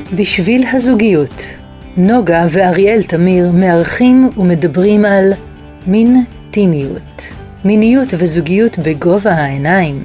בשביל הזוגיות. נוגה ואריאל תמיר מארחים ומדברים על מינטימיות. מיניות וזוגיות בגובה העיניים.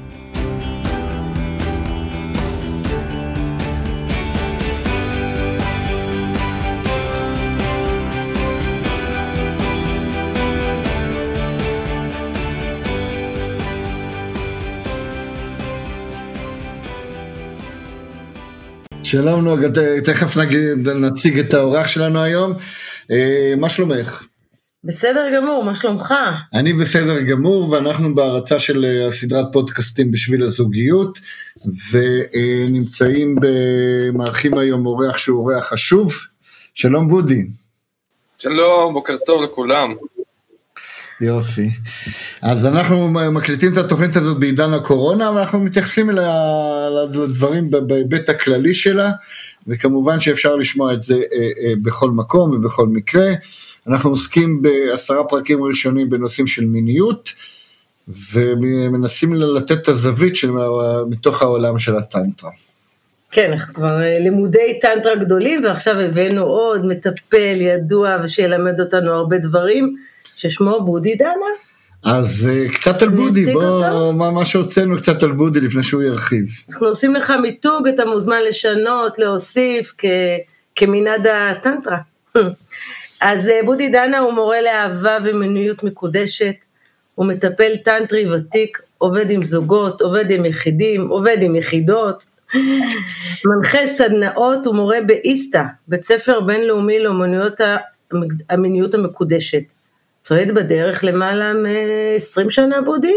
שלום נוגה, תכף נציג את האורח שלנו היום. מה שלומך? בסדר גמור, מה שלומך? אני בסדר גמור, ואנחנו בהרצה של הסדרת פודקאסטים בשביל הזוגיות, ונמצאים במארחים היום אורח שהוא אורח חשוב. שלום בודי. שלום, בוקר טוב לכולם. יופי. אז אנחנו מקליטים את התוכנית הזאת בעידן הקורונה, ואנחנו מתייחסים לדברים בהיבט הכללי שלה, וכמובן שאפשר לשמוע את זה בכל מקום ובכל מקרה. אנחנו עוסקים ב10 פרקים ראשונים בנושאים של מיניות, ומנסים לתת את הזווית מתוך העולם של הטנטרה. כן, אנחנו כבר לימודי טנטרה גדולים, ועכשיו הבאנו עוד מטפל ידוע, ושילמד אותנו הרבה דברים, ששמו בודי דנה. אז קצת על בודי, מה שהוצאנו קצת על בודי לפני שהוא ירחיב. אנחנו עושים לך מיתוג, אתה מוזמן לשנות, להוסיף, כמנהד הטנטרה. אז בודי דנה הוא מורה לאהבה ומיניות מקודשת, הוא מטפל טנטרי ותיק, עובד עם זוגות, עובד עם יחידים, עובד עם יחידות, מנחה סדנאות ומורה באיסטה, בית ספר בינלאומי לאומנויות המיניות המקודשת. צועד בדרך למעלה מ-20 שנה, בודי?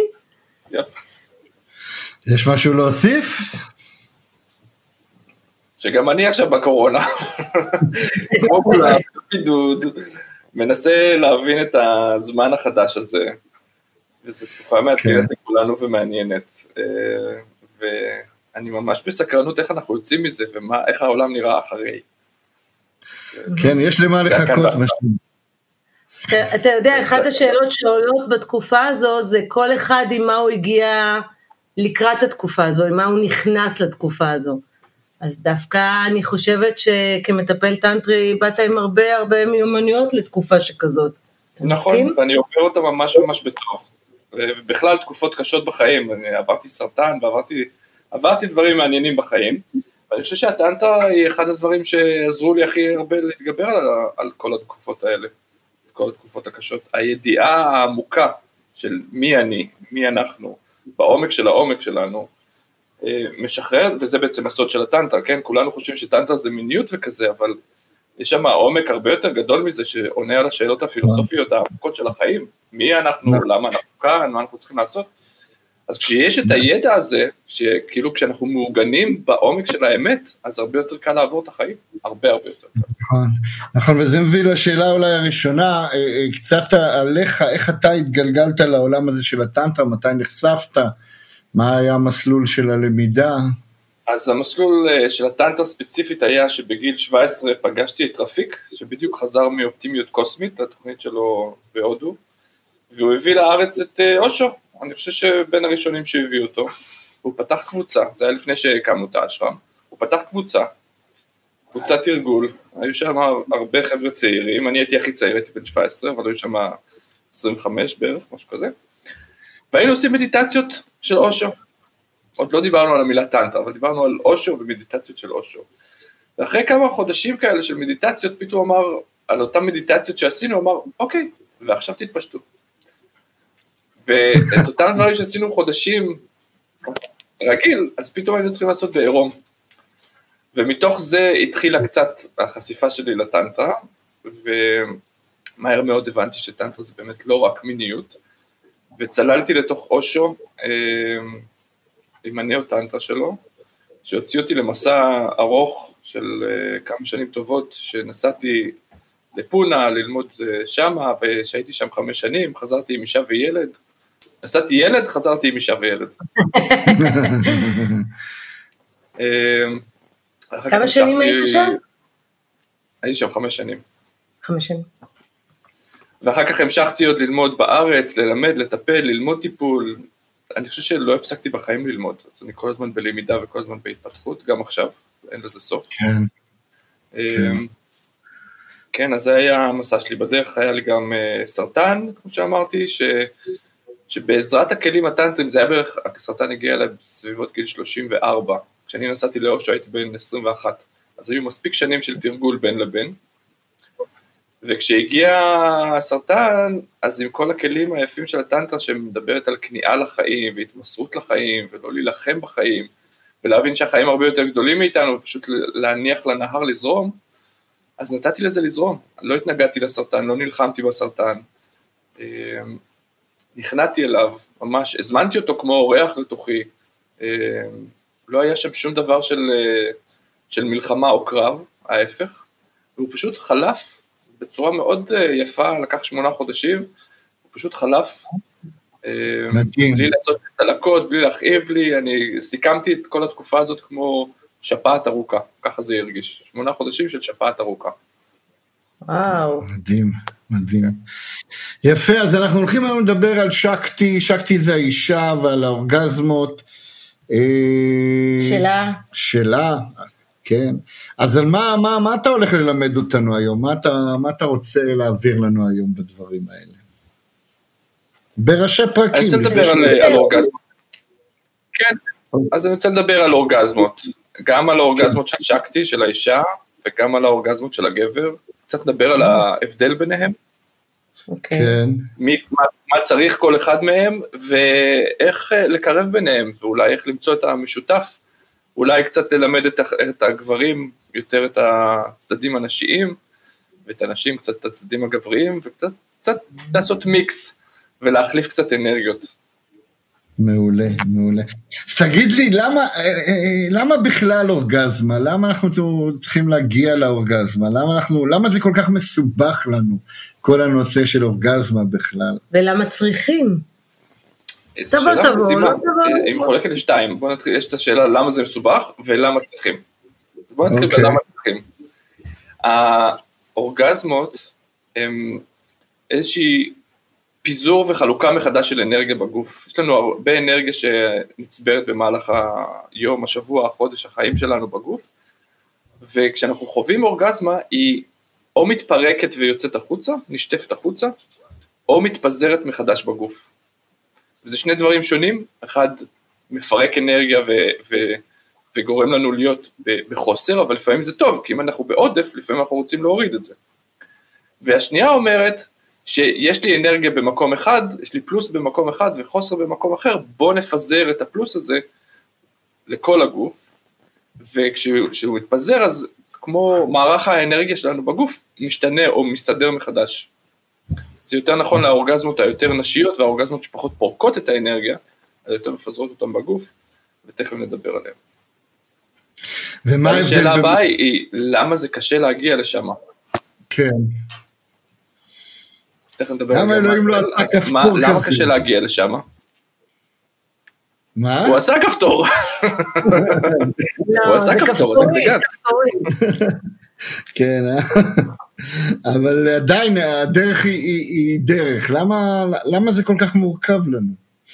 יש משהו להוסיף? שגם אני עכשיו בקורונה, כמו כולם, בידוד, מנסה להבין את הזמן החדש הזה, וזו תקופה מאתגרת לכולנו ומעניינת, ואני ממש בסקרנות איך אנחנו יוצאים מזה, ואיך העולם נראה אחרי. כן, יש למה לחכות משהו. אתה יודע, אחת השאלות שעולות בתקופה הזו, זה כל אחד עם מה הוא הגיע לקראת התקופה הזו, עם מה הוא נכנס לתקופה הזו. אז דווקא אני חושבת שכמטפל טנטרי, באת עם הרבה מיומנויות לתקופה שכזאת. נכון, ואני עובר אותה ממש בטוב. ובכלל תקופות קשות בחיים, אני עברתי סרטן, ועברתי דברים מעניינים בחיים, ואני חושב שהטנטרה היא אחד הדברים שעזרו לי הכי הרבה להתגבר על כל התקופות האלה. כל התקופות הקשות, הידיעה העמוקה של מי אני, מי אנחנו, בעומק של העומק שלנו, משחרר, וזה בעצם הסוד של הטנטרה, כן? כולנו חושבים שטנטרה זה מיניות וכזה, אבל יש שם עומק הרבה יותר גדול מזה, שעונה על השאלות הפילוסופיות העמוקות של החיים, מי אנחנו, למה אנחנו כאן, מה אנחנו צריכים לעשות, אז כשיש את הידע הזה, שכאילו כשאנחנו מעוגנים בעומק של האמת, אז הרבה יותר קל לעבור את החיים, הרבה יותר קל. נכון, וזה מביא לשאלה אולי הראשונה, קצת עליך, איך אתה התגלגלת לעולם הזה של הטנטרה, מתי נחשפת, מה היה המסלול של הלמידה? אז המסלול של הטנטרה ספציפית היה שבגיל 17 פגשתי את רפיק, שבדיוק חזר מאופטימיות קוסמית, התוכנית שלו בהודו, והוא הביא לארץ את אושו, אני חושב שבין הראשונים שהביאו אותו, הוא פתח קבוצה, זה היה לפני שהקמנו את האשרם, הוא פתח קבוצת תרגול, היו שם הרבה חבר'ה צעירים, אני הייתי הכי צעיר, הייתי בן 17, אבל היו שם 25 בערך, משהו כזה, והיינו עושים מדיטציות של אושו, עוד לא דיברנו על המילה טנטרה, אבל דיברנו על אושו ומדיטציות של אושו, ואחרי כמה חודשים כאלה של מדיטציות, פתאום אמר, על אותם מדיטציות שעשינו, אמר, אוקיי, ועכשיו תתפשטו. ואת אותם דברים שעשינו חודשים רגיל, אז פתאום היינו צריכים לעשות בעירום. ומתוך זה התחילה קצת החשיפה שלי לטנטרה, ומהר מאוד הבנתי שטנטרה זה באמת לא רק מיניות, וצללתי לתוך אושו, עם הנאו-טנטרה שלו, שהוציא אותי למסע ארוך של כמה שנים טובות, שנסעתי לפונה ללמוד שמה, ושהייתי שם 5 שנים, חזרתי עם אישה וילד, נסעתי ילד, חזרתי עם אישה וילד. כמה שנים היית שם? הייתי שם 5 שנים. 5 שנים. ואחר כך המשכתי עוד ללמוד בארץ, ללמד, לטפל, ללמוד טיפול. אני חושב שלא הפסקתי בחיים ללמוד, אז אני כל הזמן בלמידה וכל הזמן בהתפתחות, גם עכשיו. אין לזה סוף. כן. כן, אז זה היה המסע שלי בדרך, היה לי גם סרטן, כמו שאמרתי, שבעזרת הכלים הטנטרים, זה היה בערך, הסרטן הגיע אליי בסביבות גיל 34, כשאני נסעתי לאושו הייתי בן 21, אז היו מספיק שנים של תרגול בין לבין, וכשהגיע הסרטן, אז עם כל הכלים היפים של הטנטרה, שמדברת על כניעה לחיים, והתמסרות לחיים, ולא להילחם בחיים, ולהבין שהחיים הרבה יותר גדולים מאיתנו, ופשוט להניח לנהר לזרום, אז נתתי לזה לזרום, לא התנגדתי לסרטן, לא נלחמתי בסרטן, נכנעתי אליו, ממש, הזמנתי אותו כמו אורח לתוכי, לא היה שם שום דבר של מלחמה או קרב, ההפך, והוא פשוט חלף בצורה מאוד יפה, לקח 8 חודשים, הוא פשוט חלף, בלי לעשות צלקות, בלי להכאיב לי, אני סיכמתי את כל התקופה הזאת כמו שפעת ארוכה, ככה זה הרגיש, 8 חודשים של שפעת ארוכה. וואו. מדהים, מדהים. יפה, אז אנחנו הולכים היום לדבר על שקטי, שקטי זה האישה ועל האורגזמות. שלה, כן. אז על מה אתה הולך ללמד אותנו היום? מה אתה רוצה להעביר לנו היום בדברים האלה? בראשי פרקים. אני רוצה לדבר על אורגזמות. כן, אז אני רוצה לדבר על אורגזמות. גם על האורגזמות של שקטי, של האישה, וגם על האורגזמות של הגבר. קצת לדבר על ההבדל ביניהם. כן. מה צריך כל אחד מהם, ואיך לקרב ביניהם, ואולי איך למצוא את המשותף, אולי קצת ללמד את הגברים, יותר את הצדדים הנשיים, ואת הנשים קצת את הצדדים הגבריים, וקצת לעשות מיקס, ולהחליף קצת אנרגיות. מעולה, מעולה. תגיד לי, למה בכלל אורגזמה? למה אנחנו צריכים להגיע לאורגזמה? למה זה כל כך מסובך לנו, כל הנושא של אורגזמה בכלל? ולמה צריכים? זו שאלה משימה, היא מחולקת לשתיים. בוא נתחיל, יש את השאלה למה זה מסובך ולמה צריכים. בוא נתחיל בלמה צריכים. האורגזמות הם איזושהי פיזור וחלוקה מחדש של אנרגיה בגוף. יש לנו הרבה אנרגיה שנצברת במהלך היום, השבוע, החודש, החיים שלנו בגוף, וכשאנחנו חווים אורגזמה, היא או מתפרקת ויוצאת החוצה, נשטפת החוצה, או מתפזרת מחדש בגוף. וזה שני דברים שונים, אחד מפרק אנרגיה וגורם לנו להיות בחוסר, אבל לפעמים זה טוב, כי אם אנחנו בעודף, לפעמים אנחנו רוצים להוריד את זה. והשנייה אומרת, שיש לי אנרגיה במקום אחד, יש לי פלוס במקום אחד וחוסר במקום אחר, בוא נפזר את הפלוס הזה לכל הגוף, וכשהוא מתפזר, אז כמו מערך האנרגיה שלנו בגוף, משתנה או מסתדר מחדש. זה יותר נכון לאורגזמות היותר נשיות, והאורגזמות שפחות פורקות את האנרגיה, אז יותר מפזרות אותם בגוף, ותכף נדבר עליהם. השאלה הבאה היא, למה זה קשה להגיע לשם? כן. תכף נדבר עליהם. למה קשה להגיע לשם? מה? הוא עשה כפתור. הוא עשה כפתור, אתה מגן. כן, אבל עדיין הדרך היא דרך. למה זה כל כך מורכב לנו?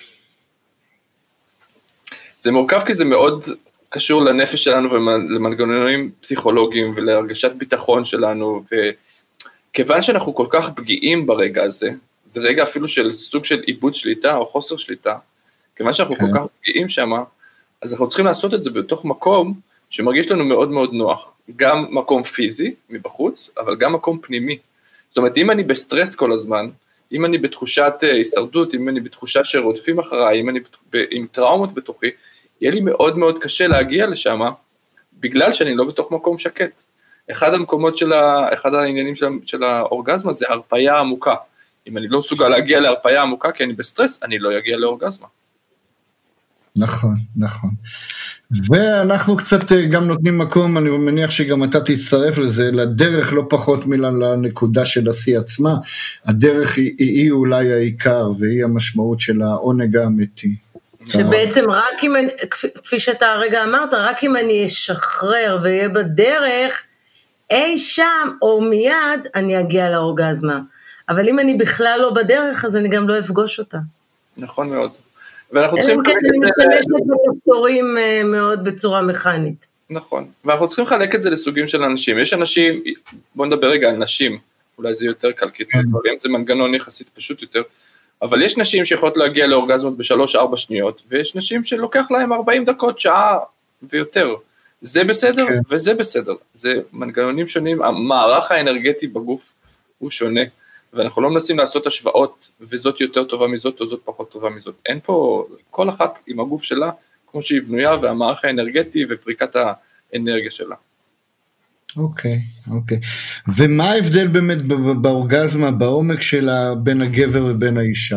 זה מורכב כי זה מאוד קשור לנפש שלנו ולמנגנונים פסיכולוגיים ולהרגשת ביטחון שלנו, וכיוון שאנחנו כל כך פגיעים ברגע הזה, זה רגע אפילו של סוג של איבוד שליטה או חוסר שליטה, כיוון שאנחנו כל כך פגיעים שם, אז אנחנו צריכים לעשות את זה בתוך מקום שמרגיש לנו מאוד מאוד נוח, גם מקום פיזי מבחוץ, אבל גם מקום פנימי. זאת אומרת, אם אני בסטרס כל הזמן, אם אני בתחושת הישרדות, אם אני בתחושה שרודפים אחריי, אם אני עם טראומות בתוכי, יהיה לי מאוד מאוד קשה להגיע לשם, בגלל שאני לא בתוך מקום שקט. אחד העניינים של האורגזמה זה הרפאיה עמוקה. אם אני לא מסוגל להגיע להרפאיה עמוקה, כי אני בסטרס, אני לא אגיע לאורגזמה. נכון, נכון. ואנחנו קצת גם נותנים מקום, אני מניח שגם אתה תצטרף לזה, לדרך לא פחות לנקודה של השיא עצמה, הדרך היא אולי העיקר, והיא המשמעות של העונג האמיתי. שבעצם רק אם, כפי שאתה הרגע אמרת, רק אם אני אשחרר ויהיה בדרך, אי שם או מיד אני אגיע לאורגזמה. אבל אם אני בכלל לא בדרך, אז אני גם לא אפגוש אותה. נכון מאוד. ואנחנו צריכים... אני משתמשת בכפתורים מאוד בצורה מכנית. נכון, ואנחנו צריכים לחלק את זה לסוגים של אנשים, יש אנשים, בואו נדבר רגע על נשים, אולי זה יותר קל, כי אצל גברים זה מנגנון יחסית פשוט יותר, אבל יש נשים שיכולות להגיע לאורגזמות ב3-4 שניות, ויש נשים שלוקח להם 40 דקות, שעה ויותר, זה בסדר וזה בסדר, זה מנגנונים שונים, המערך האנרגטי בגוף הוא שונה, ואנחנו לא מנסים לעשות השוואות, וזאת יותר טובה מזאת, או זאת פחות טובה מזאת, אין פה, כל אחת עם הגוף שלה, כמו שהיא בנויה, והמערך האנרגטי ופריקת האנרגיה שלה. אוקיי. ומה ההבדל באמת באורגזמה, בעומק שלה, בין הגבר ובין האישה?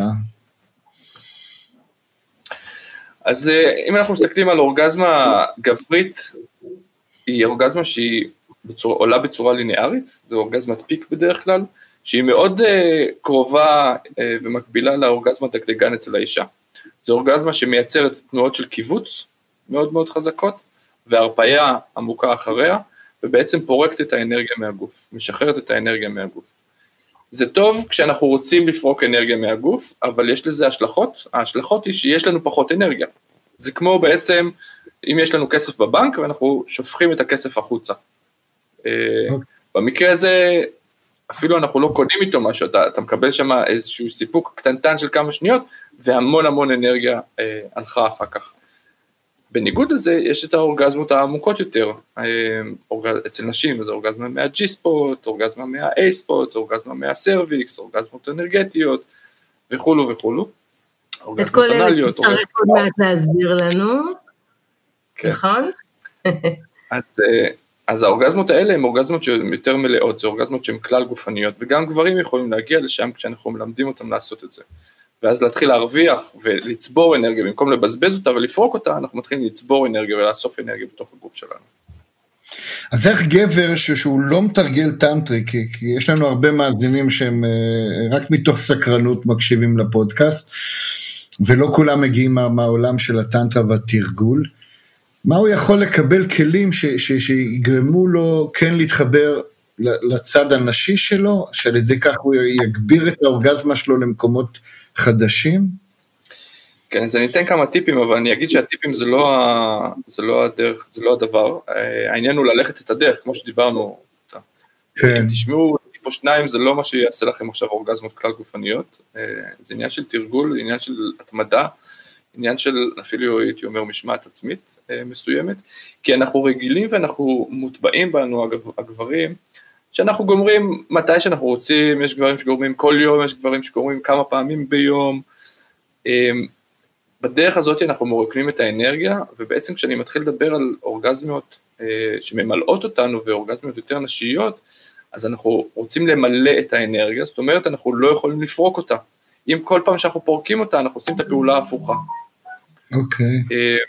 אז אם אנחנו מסתכלים על אורגזמה גברית, היא אורגזמה שהיא עולה בצורה ליניארית, זו אורגזמת פיק בדרך כלל, שהיא מאוד קרובה ומקבילה לאורגזמה דגדגן אצל האישה. זו אורגזמה שמייצרת תנועות של קיבוץ מאוד מאוד חזקות, והרפאיה עמוקה אחריה, ובעצם פורקת את האנרגיה מהגוף, משחררת את האנרגיה מהגוף. זה טוב כשאנחנו רוצים לפרוק אנרגיה מהגוף, אבל יש לזה השלכות, ההשלכות היא שיש לנו פחות אנרגיה. זה כמו בעצם, אם יש לנו כסף בבנק, ואנחנו שופכים את הכסף החוצה. במקרה הזה, אפילו אנחנו לא קונים איתו משהו, אתה מקבל שם איזשהו סיפוק קטנטן של כמה שניות, והמון המון אנרגיה הלכה אחר כך. בניגוד לזה, יש את האורגזמות העמוקות יותר, אצל נשים, זה אורגזמה מה-G-ספוט, אורגזמה מה-A-ספוט, אורגזמה מה-סרוויקס, אורגזמות אנרגטיות, וכולו וכולו. את כל אלה צריך עוד מעט להסביר לנו, נכון? אז האורגזמות האלה הן אורגזמות שהן יותר מלאות, זה אורגזמות שהן כלל גופניות, וגם גברים יכולים להגיע לשם כשאנחנו מלמדים אותם לעשות את זה. ואז להתחיל להרוויח ולצבור אנרגיה, במקום לבזבז אותה ולפרוק אותה, אנחנו מתחילים לצבור אנרגיה ולאסוף אנרגיה בתוך הגוף שלנו. אז איך גבר שהוא לא מתרגל טנטרי, כי יש לנו הרבה מאזינים שהם רק מתוך סקרנות מקשיבים לפודקאסט, ולא כולם מגיעים מהעולם של הטנטרה והתרגול, מה הוא יכול לקבל כלים שיגרמו לו כן להתחבר לצד הנשי שלו, שעל ידי כך הוא יגביר את האורגזמה שלו למקומות חדשים? כן, אז אני אתן כמה טיפים, אבל אני אגיד שהטיפים זה לא הדרך, זה לא הדבר. העניין הוא ללכת את הדרך, כמו שדיברנו. כן. אם תשמעו, טיפו 2 זה לא מה שיעשה לכם עכשיו אורגזמות כלל גופניות, זה עניין של תרגול, עניין של התמדה, עניין של אפילו הייתי אומר משמעת עצמית מסוימת, כי אנחנו רגילים ואנחנו מוטבעים בנו הגברים, שאנחנו גומרים מתי שאנחנו רוצים, יש גברים שגורמים כל יום, יש גברים שגורמים כמה פעמים ביום, בדרך הזאת אנחנו מרוקנים את האנרגיה, ובעצם כשאני מתחיל לדבר על אורגזמיות שממלאות אותנו, ואורגזמיות יותר נשיות, אז אנחנו רוצים למלא את האנרגיה, זאת אומרת אנחנו לא יכולים לפרוק אותה, אם כל פעם שאנחנו פורקים אותה, אנחנו עושים את הפעולה ההפוכה. אוקיי.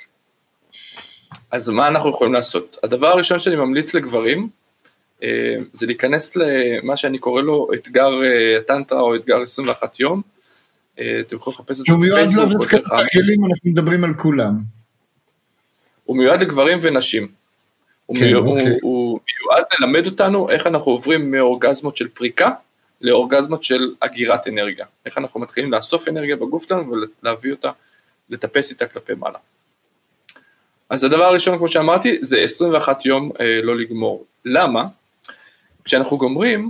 אז מה אנחנו יכולים לעשות? הדבר הראשון שאני ממליץ לגברים, זה להיכנס למה שאני קורא לו אתגר הטנטרה או אתגר 21 יום, אתם יכולים לחפש את זה בפייסבוק. אנחנו מדברים על כולם. הוא מיועד לגברים ונשים. הוא מיועד ללמד אותנו איך אנחנו עוברים מאורגזמות של פריקה, לאורגזמות של אגירת אנרגיה. איך אנחנו מתחילים לאסוף אנרגיה בגוף שלנו ולהביא אותה, לטפס איתה כלפי מעלה. אז הדבר הראשון, כמו שאמרתי, זה 21 יום לא לגמור. למה? כשאנחנו גומרים,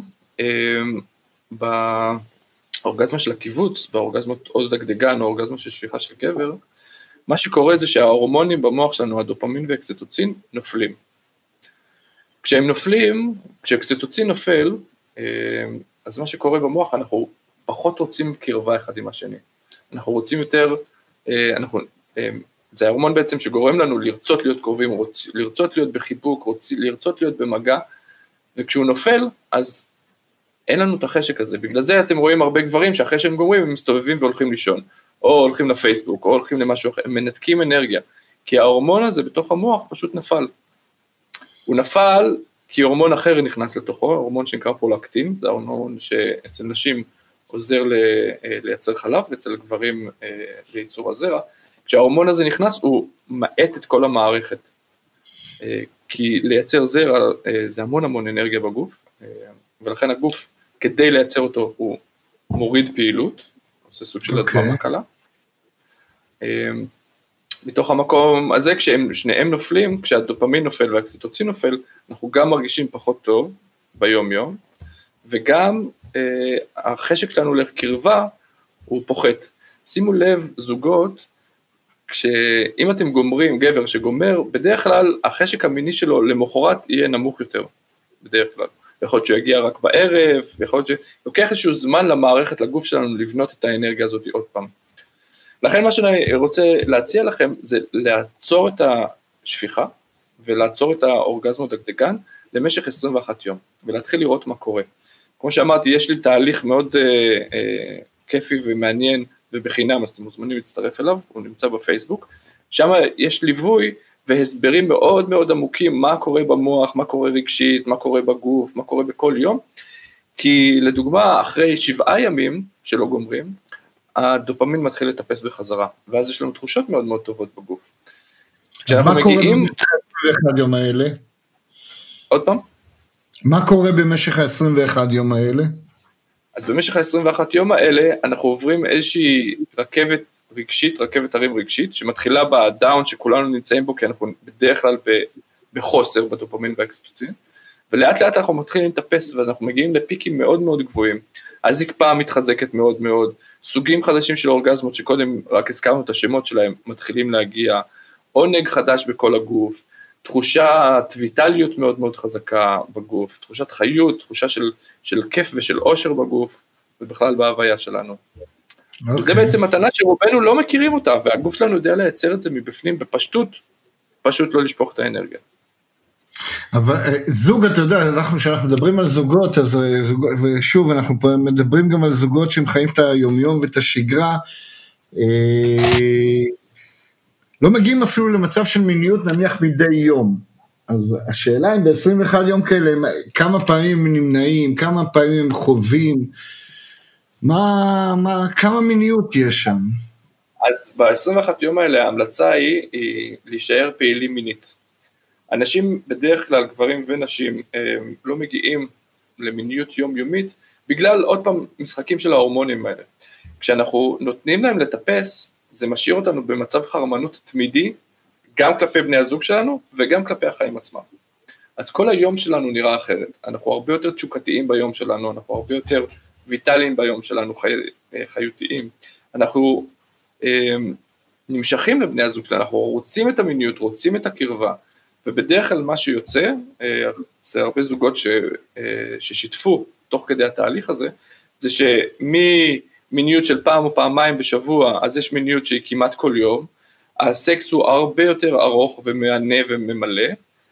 באורגזמה של הקיבוץ, באורגזמות עוד דגדגן, או אורגזמה של שפיכה של גבר, מה שקורה זה שההורמונים במוח שלנו, הדופמין ואקסיטוצין, נופלים. כשהם נופלים, כשאקסיטוצין נופל, אז מה שקורה במוח, אנחנו פחות רוצים קרבה אחד עם השני. אנחנו רוצים יותר, זה ההורמון בעצם שגורם לנו לרצות להיות קרובים, לרצות להיות בחיבוק, לרצות להיות במגע, וכשהוא נופל, אז אין לנו את החשק הזה. בגלל זה אתם רואים הרבה גברים שאחרי שהם גומרים, הם מסתובבים והולכים לישון, או הולכים לפייסבוק, או הולכים למשהו אחר, הם מנתקים אנרגיה, כי ההורמון הזה בתוך המוח פשוט נפל. הוא נפל כי הורמון אחר נכנס לתוכו, הורמון שנקרא פרולקטין, זה ההורמון שאצל נשים עוזר לייצר חלב, ואצל גברים לייצור הזרע. כשההורמון הזה נכנס, הוא מאט את כל המערכת, כי לייצר זרע זה המון המון אנרגיה בגוף, ולכן הגוף, כדי לייצר אותו, הוא מוריד פעילות, עושה סוג של הדממה קלה, מתוך המקום הזה, כשהם שניהם נופלים, כשהדופמין נופל והאוקסיטוצין נופל, אנחנו גם מרגישים פחות טוב ביום יום, וגם החשק שלנו לקרבה הוא פוחת. שימו לב, זוגות, אם אתם גומרים, גבר שגומר, בדרך כלל החשק המיני שלו למחרת יהיה נמוך יותר, בדרך כלל. יכול להיות שהוא יגיע רק בערב, יכול להיות שלוקח איזשהו זמן למערכת, לגוף שלנו, לבנות את האנרגיה הזאת עוד פעם. לכן מה שאני רוצה להציע לכם, זה לעצור את השפיכה, ולעצור את האורגזמות דגדגן, למשך 21 יום, ולהתחיל לראות מה קורה. כמו שאמרתי, יש לי תהליך מאוד כיפי ומעניין, ובחינם, אז אתם מוזמנים להצטרף אליו, הוא נמצא בפייסבוק, שם יש ליווי והסברים מאוד מאוד עמוקים, מה קורה במוח, מה קורה רגשית, מה קורה בגוף, מה קורה בכל יום, כי לדוגמה, אחרי 7 ימים שלא גומרים, הדופמין מתחיל לטפס בחזרה, ואז יש לנו תחושות מאוד מאוד טובות בגוף. אז מה קורה במשך ה-21 יום האלה? עוד פעם? מה קורה במשך ה-21 יום האלה? אז במשך ה-21 יום האלה, אנחנו עוברים איזושהי רכבת רגשית, רכבת הרים רגשית, שמתחילה בדאון שכולנו נמצאים בו, כי אנחנו בדרך כלל בחוסר בדופמין והאוקסיטוצין, ולאט לאט אנחנו מתחילים לטפס, ואנחנו מגיעים לפיקים מאוד מאוד גבוהים, הזקפה מתחזקת מאוד מאוד, סוגים חדשים של אורגזמות, שקודם רק הזכרנו את השמות שלהם, מתחילים להגיע, עונג חדש בכל הגוף, תחושת ויטליות מאוד מאוד חזקה בגוף, תחושת חיות, תחושה של כיף ושל עושר בגוף, ובכלל בהוויה שלנו. וזה בעצם מתנה שרובנו לא מכירים אותה, והגוף שלנו יודע לייצר את זה מבפנים בפשטות, פשוט לא לשפוך את האנרגיה. אבל זוג, אתה יודע, כשאנחנו מדברים על זוגות, אז ושוב, אנחנו מדברים גם על זוגות שהם חיים את היומיום ואת השגרה, לא מגיעים אפילו למצב של מיניות נניח מדי יום, אז השאלה אם ב-21 יום כאלה, כמה פעמים הם נמנעים, כמה פעמים הם חווים, כמה מיניות יש שם? אז ב-21 יום האלה ההמלצה היא להישאר פעילים מינית. אנשים בדרך כלל, גברים ונשים, לא מגיעים למיניות יומיומית, בגלל עוד פעם משחקים של ההורמונים האלה. כשאנחנו נותנים להם לטפס, זה משאיר אותנו במצב חרמנות תמידי, גם כלפי בני הזוג שלנו, וגם כלפי החיים עצמם. אז כל היום שלנו נראה אחרת, אנחנו הרבה יותר תשוקתיים ביום שלנו, אנחנו הרבה יותר ויטליים ביום שלנו, חיותיים, אנחנו נמשכים לבני הזוג שלנו, אנחנו רוצים את המיניות, רוצים את הקרבה, ובדרך כלל מה שיוצא, זה הרבה זוגות ששיתפו תוך כדי התהליך הזה, זה שמיניות של פעם או פעמיים בשבוע, אז יש מיניות שהיא כמעט כל יום, הסקס הוא הרבה יותר ארוך ומענה וממלא,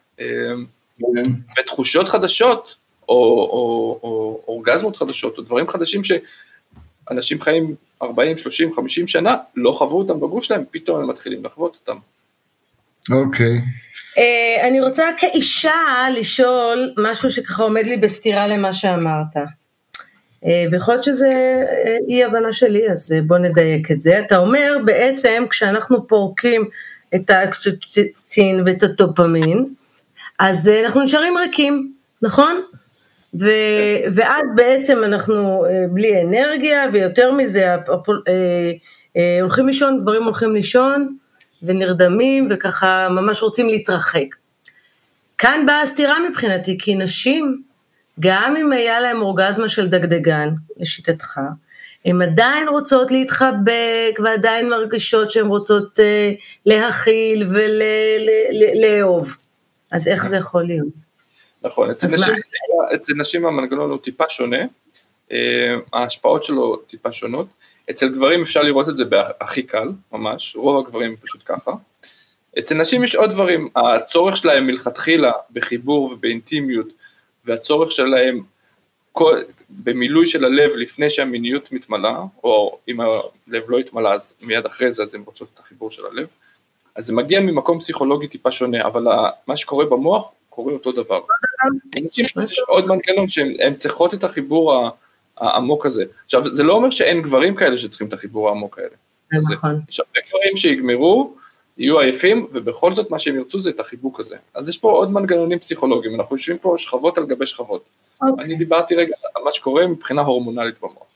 ותחושות חדשות, או אורגזמות חדשות, או דברים חדשים שאנשים חיים 40, 30, 50 שנה, לא חוו אותם בגוף שלהם, פתאום הם מתחילים לחוות אותם. אוקיי. אני רוצה כאישה לשאול משהו שככה עומד לי בסתירה למה שאמרת. ויכול להיות שזה אי הבנה שלי, אז בוא נדייק את זה. אתה אומר בעצם כשאנחנו פורקים את האוקסיטוצין ואת הדופמין, אז אנחנו נשארים ריקים, נכון? ואז בעצם אנחנו בלי אנרגיה, ויותר מזה הולכים לישון, גברים הולכים לישון, ונרדמים, וככה ממש רוצים להתרחק. כאן באה הסתירה מבחינתי, כי נשים, גם אם היה להם אורגזמה של דגדגן, לשיטתך, הן עדיין רוצות להתחבק, ועדיין מרגישות שהן רוצות להכיל ולאהוב. אז איך זה יכול להיות? נכון, אצל נשים המנגנון הוא טיפה שונה, ההשפעות שלו טיפה שונות, אצל גברים אפשר לראות את זה הכי קל, ממש, רוב הגברים פשוט ככה, אצל נשים יש עוד דברים, הצורך שלהם מלכתחילה בחיבור ובאינטימיות, והצורך שלהם במילוי של הלב לפני שהמיניות מתמלאה, או אם הלב לא התמלא, אז מיד אחרי זה, אז הם רוצות את החיבור של הלב, אז זה מגיע ממקום פסיכולוגי טיפה שונה, אבל מה שקורה במוח, קורה אותו דבר. יש עוד מנגנון שהן צריכות את החיבור העמוק הזה. עכשיו, זה לא אומר שאין גברים כאלה שצריכים את החיבור העמוק האלה. נכון. יש הרבה גברים שיגמרו, יהיו עייפים, ובכל זאת מה שהם ירצו זה את החיבוק הזה. אז יש פה עוד מנגנונים פסיכולוגיים, אנחנו יושבים פה שכבות על גבי שכבות. אני דיברתי רגע על מה שקורה מבחינה הורמונלית במוח.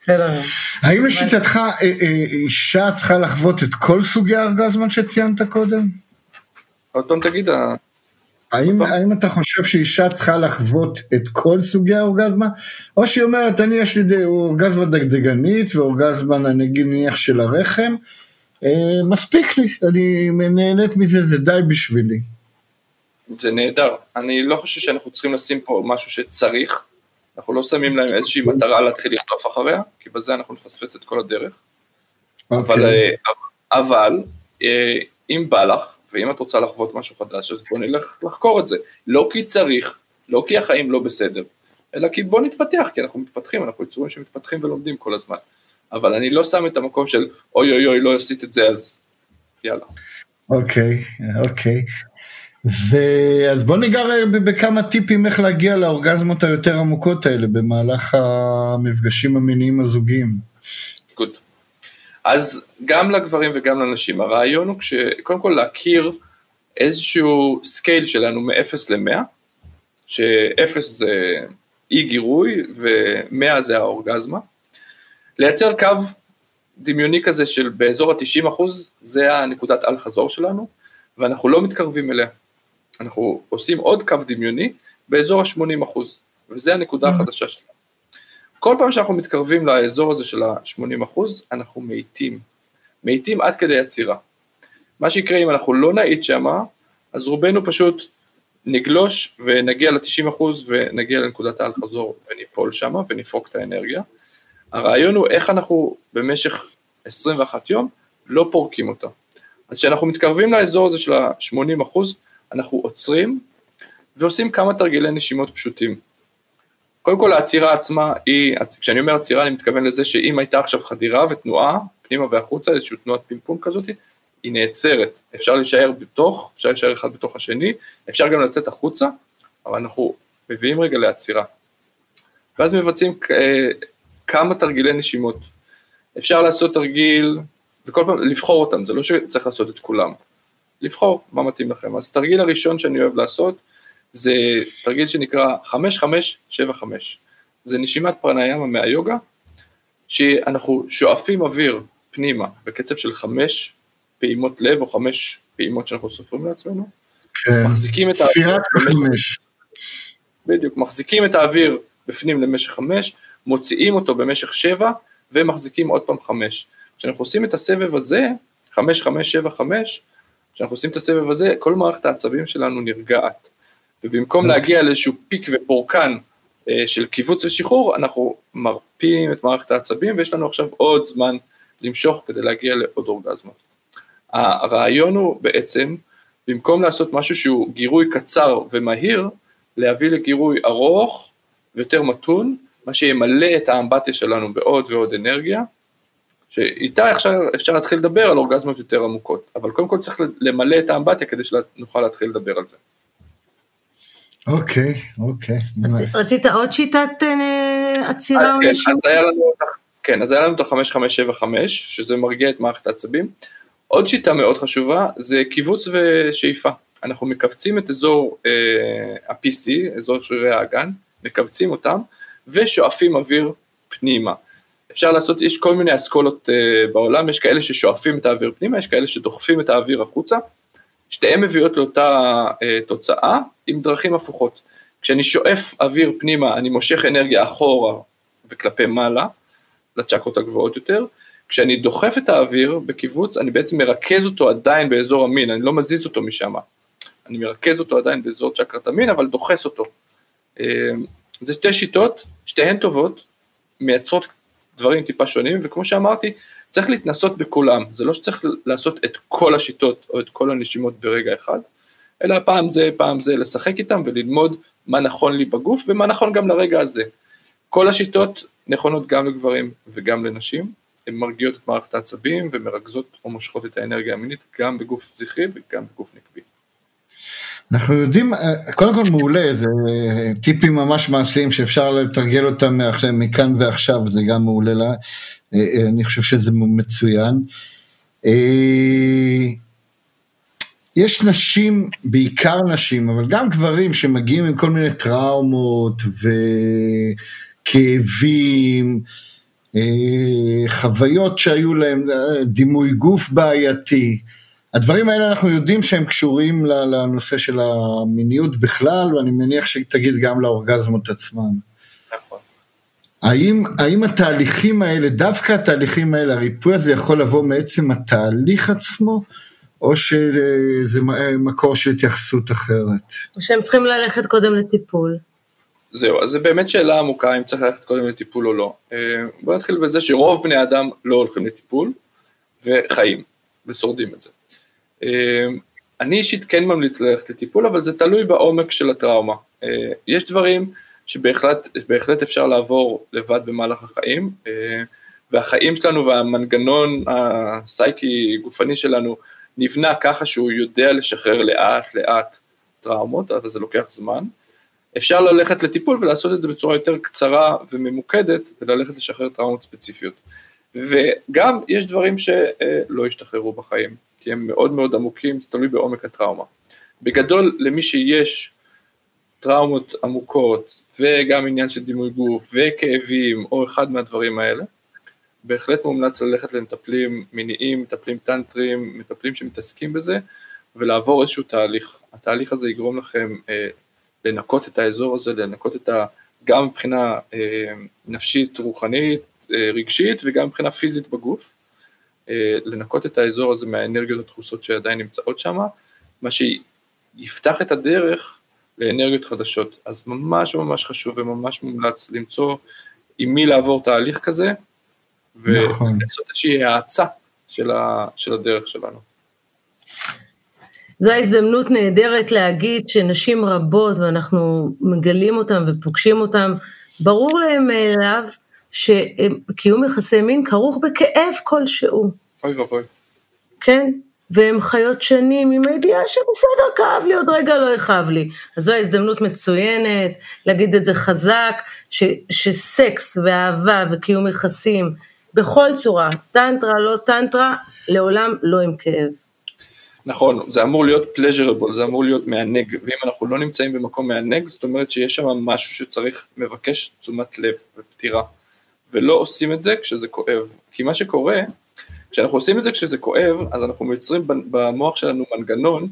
בסדר. האם לשיטתך אישה צריכה לחוות את כל סוגי האורגזמה שציינת קודם? עוד פעם תגיד, האם אתה חושב שאישה צריכה לחוות את כל סוגי האורגזמה? או שהיא אומרת, יש לי אורגזמה דגדגנית, ואורגזמה נניח של הרחם, מספיק לי, אני נהנית מזה, זה די בשבילי. זה נהדר, אני לא חושב שאנחנו צריכים לשים פה משהו שצריך, אנחנו לא שמים להם איזושהי מטרה להתחיל לרדוף אחריה, כי בזה אנחנו נפספס את כל הדרך, אבל אם בא לך, ואם את רוצה לחוות משהו חדש, אז בוא נלך לחקור את זה, לא כי צריך, לא כי החיים לא בסדר, אלא כי בוא נתפתח, כי אנחנו מתפתחים, אנחנו יצורים שמתפתחים ולומדים כל הזמן, אבל אני לא שם את המקום של אוי אוי אוי, לא עשית את זה, אז יאללה. אוקיי. אז בוא ניגע בכמה טיפים איך להגיע לאורגזמות היותר עמוקות האלה, במהלך המפגשים המיניים הזוגיים. גוד. אז גם לגברים וגם לנשים, הרעיון הוא קודם כל להכיר איזשהו סקייל שלנו מ-0 ל-100, ש-0 זה אי גירוי ו-100 זה האורגזמה, לייצר קו דמיוני כזה של באזור ה-90%, זה הנקודת על חזור שלנו, ואנחנו לא מתקרבים אליה. אנחנו עושים עוד קו דמיוני באזור ה-80%, וזה הנקודה החדשה שלנו. כל פעם שאנחנו מתקרבים לאזור הזה של ה-80%, אנחנו מאיטים עד כדי יצירה. מה שיקרה אם אנחנו לא נעיט שמה, אז רובנו פשוט נגלוש ונגיע ל-90% ונגיע לנקודת העל חזור וניפול שמה ונפרוק את האנרגיה. הרעיון הוא איך אנחנו במשך 21 יום לא פורקים אותה. אז כשאנחנו מתקרבים לאזור הזה של ה-80%, אנחנו עוצרים ועושים כמה תרגילי נשימות פשוטים. קודם כל העצירה עצמה היא, כשאני אומר עצירה אני מתכוון לזה שאם הייתה עכשיו חדירה ותנועה, פנימה והחוצה, איזושהי תנועת פינפון כזאת, היא נעצרת, אפשר להישאר אחד בתוך השני, אפשר גם לצאת החוצה, אבל אנחנו מביאים רגע לעצירה. ואז מבצעים כמה תרגילי נשימות. אפשר לעשות תרגיל, וכל פעם לבחור אותם, זה לא שצריך לעשות את כולם. לבחור מה מתאים לכם. אז תרגיל הראשון שאני אוהב לעשות, זה תרגיל שנקרא 5-5-7-5. זה נשימת פרניאמה מהיוגה, שאנחנו שואפים אוויר פנימה, בקצב של 5 פעימות לב, או 5 פעימות שאנחנו סופרים לעצמנו. כן, ספירת 5. בדיוק, מחזיקים את האוויר בפנים למשך 5, מוציאים אותו במשך 7, ומחזיקים עוד פעם 5. כשאנחנו עושים את הסבב הזה, 5-5-7-5, כשאנחנו עושים את הסבב הזה, כל מערכת העצבים שלנו נרגעת. ובמקום להגיע לאיזשהו פיק ופורקן של קיבוץ ושחרור, אנחנו מרפים את מערכת העצבים, ויש לנו עכשיו עוד זמן למשוך כדי להגיע לעוד אורגזמות. הרעיון הוא בעצם, במקום לעשות משהו שהוא גירוי קצר ומהיר, להביא לגירוי ארוך ויותר מתון, מה שימלא את האמבטיה שלנו בעוד ועוד אנרגיה, שאיתה אפשר להתחיל לדבר על אורגזמות יותר עמוקות, אבל קודם כל צריך למלא את האמבטיה כדי שנוכל להתחיל לדבר על זה. אוקיי. רצית עוד שיטת עצירה או נשימה? כן, אז היה לנו את ה-5-5-7-5, שזה מרגיע את מערכת העצבים. עוד שיטה מאוד חשובה, זה קיבוץ ושאיפה. אנחנו מקבצים את אזור ה-PC, אזור שרירי האגן, מקבצים אותם, ושואפים אוויר פנימה. אפשר לעשות, יש כל מיני אסכולות בעולם, יש כאלה ששואפים את האוויר פנימה, יש כאלה שדוחפים את האוויר החוצה, שתיהם מביאות לאותה תוצאה עם דרכים הפוכות. כשאני שואף אוויר פנימה, אני מושך אנרגיה אחורה וכלפי מעלה, לצ'קרות הגבוהות יותר, כשאני דוחף את האוויר בקיבוץ, אני בעצם מרכז אותו עדיין באזור המין, אני לא מזיז אותו משם, אני מרכז אותו עדיין באזור צ'קרת המין, אבל דוחס אותו. זה שתי שיטות, שתיהן טובות, מייצרות דברים טיפה שונים, וכמו שאמרתי, צריך להתנסות בכולם, זה לא שצריך לעשות את כל השיטות, או את כל הנשימות ברגע אחד, אלא פעם זה לשחק איתם, וללמוד מה נכון לי בגוף, ומה נכון גם לרגע הזה. כל השיטות נכונות גם לגברים וגם לנשים, הן מרגיעות את מערכת העצבים, ומרכזות או מושכות את האנרגיה המינית, גם בגוף זכרי וגם בגוף נקבי. אנחנו יודעים, קודם כל מעולה, זה טיפים ממש מעשיים שאפשר לתרגל אותם מכאן ועכשיו, זה גם מעולה לה, אני חושב שזה מצוין. יש נשים, בעיקר נשים, אבל גם גברים שמגיעים עם כל מיני טראומות וכאבים, חוויות שהיו להם, דימוי גוף בעייתי, הדברים האלה אנחנו יודעים שהם קשורים לנושא של המיניות בכלל, ואני מניח שתגיד גם לאורגזמות עצמם. נכון. האם התהליכים האלה, דווקא התהליכים האלה, הריפוי הזה יכול לבוא מעצם התהליך עצמו, או שזה מקור של התייחסות אחרת? או שהם צריכים ללכת קודם לטיפול. זהו, אז זה באמת שאלה עמוקה, אם צריך ללכת קודם לטיפול או לא. בוא נתחיל בזה שרוב בני אדם לא הולכים לטיפול, וחיים, ושורדים את זה. אני אישית כן ממליץ ללכת לטיפול, אבל זה תלוי בעומק של הטראומה. יש דברים שבהחלט אפשר לעבור לבד במהלך החיים, והחיים שלנו והמנגנון הסייקי גופני שלנו נבנה ככה שהוא יודע לשחרר לאט לאט טראומות, אבל זה לוקח זמן. אפשר ללכת לטיפול ולעשות את זה בצורה יותר קצרה וממוקדת, וללכת לשחרר טראומות ספציפיות. וגם יש דברים שלא ישתחררו בחיים, כי הם מאוד מאוד עמוקים, זה תלוי בעומק הטראומה. בגדול, למי שיש טראומות עמוקות, וגם עניין של דימוי גוף, וכאבים, או אחד מהדברים האלה, בהחלט מומלץ ללכת למטפלים מיניים, מטפלים טנטרים, מטפלים שמתעסקים בזה, ולעבור איזשהו תהליך. התהליך הזה יגרום לכם לנקות את האזור הזה, לנקות גם מבחינה נפשית, רוחנית, רגשית, וגם מבחינה פיזית בגוף, לנקות את האזור הזה מהאנרגיות הדחוסות שעדיין נמצאות שם, מה שיפתח את הדרך לאנרגיות חדשות. אז ממש ממש חשוב וממש מומלץ למצוא עם מי לעבור תהליך כזה, ולעשות איזושהי האצה של הדרך שלנו. זו ההזדמנות נהדרת להגיד שנשים רבות, ואנחנו מגלים אותם ופוגשים אותם, ברור להם מאליו, שקיום יחסי מין כרוך בכאב כלשהו. אוי ואבוי. כן, והם חיות שנים עם הידיעה שבסדר, כאב לי, עוד רגע לא יכאב לי. אז זו ההזדמנות מצוינת, להגיד את זה חזק, שסקס ואהבה וקיום יחסים, בכל צורה, טנטרה, לא טנטרה, לעולם לא עם כאב. נכון, זה אמור להיות pleasurable, זה אמור להיות מענג, ואם אנחנו לא נמצאים במקום מענג, זאת אומרת שיש שם משהו שצריך מבקש תשומת לב ופתירה, ולא עושים את זה כשזה כואב, כי מה שקורה, כשאנחנו עושים את זה כשזה כואב, אז אנחנו מייצרים במוח שלנו מנגנון,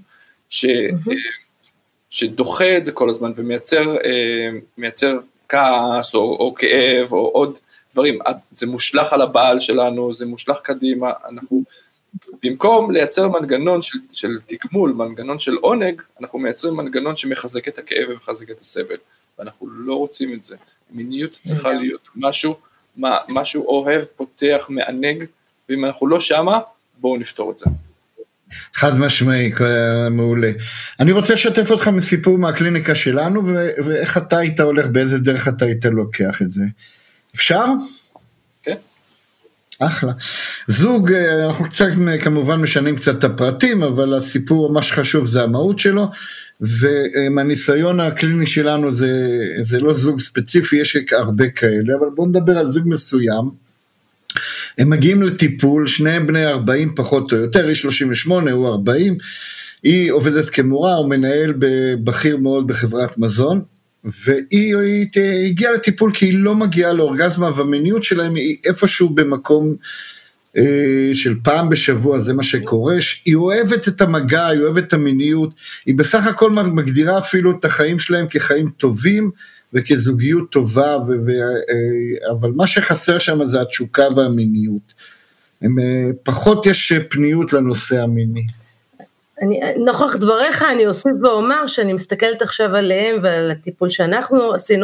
שדוחה את זה כל הזמן, ומייצר כעס, או כאב, או עוד דברים, זה מושלח על הבעל שלנו, זה מושלח קדימה, אנחנו, במקום לייצר מנגנון של תגמול, מנגנון של עונג, אנחנו מייצרים מנגנון שמחזק את הכאב ומחזק את הסבל, ואנחנו לא רוצים את זה. מיניות צריכה להיות משהו אוהב, פותח, מענג, ואם אנחנו לא שמה, בואו נפתור את זה. חד משמעי, מעולה. אני רוצה לשתף אותך מסיפור מהקליניקה שלנו, ואיך אתה היית הולך, באיזה דרך אתה היית לוקח את זה. אפשר? כן. אחלה. זוג, אנחנו קצת כמובן משנים קצת את הפרטים, אבל הסיפור ממש חשוב זה המהות שלו, ומהניסיון הקליני שלנו זה לא זוג ספציפי, יש הרבה כאלה, אבל בואו נדבר על זוג מסוים. הם מגיעים לטיפול, שניהם בני 40 פחות או יותר, היא 38, הוא 40, היא עובדת כמורה, הוא מנהל בכיר מאוד בחברת מזון, והיא הגיעה לטיפול כי היא לא מגיעה לאורגזמה, והמיניות שלהם היא איפשהו במקום של פעם בשבוע, זה מה שקורה, היא אוהבת את המגע, היא אוהבת את המיניות, היא בסך הכל מגדירה אפילו את החיים שלהם כחיים טובים, וכזוגיות טובה, אבל מה שחסר שם זה התשוקה והמיניות, פחות יש פניות לנושא המיני. נוכח דבריך אני אוסיף ואומר שאני מסתכלת עכשיו עליהם ועל הטיפול שאנחנו עשינו,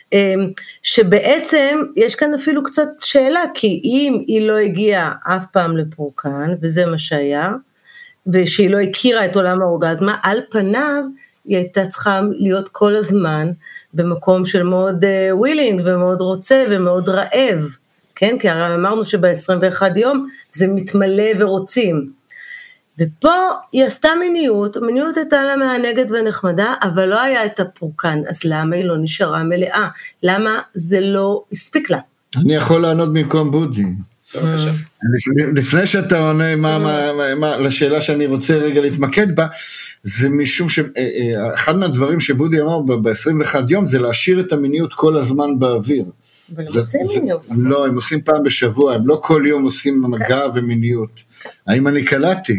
שבעצם יש כאן אפילו קצת שאלה, כי אם היא לא הגיעה אף פעם לפורקן, וזה מה שהיה, ושהיא לא הכירה את עולם האורגזמה, על פניו היא הייתה צריכה להיות כל הזמן במקום של מאוד ווילינג ומאוד רוצה ומאוד רעב, כן? כי הרי אמרנו שב-21 יום זה מתמלא ורוצים. ופה היא עשתה מיניות, המיניות הייתה לה מהנגד ונחמדה, אבל לא היה את הפורקן, אז למה היא לא נשארה מלאה? למה זה לא הספיק לה? אני יכול לענות במקום בודי. לפני שאתה עונה לשאלה שאני רוצה רגע להתמקד בה, זה משום שאחד מהדברים שבודי אמר ב-21 יום, זה להשאיר את המיניות כל הזמן באוויר. אבל הם עושים מיניות. לא, הם עושים פעם בשבוע, הם לא כל יום עושים מגע ומיניות. האם אני קלטתי?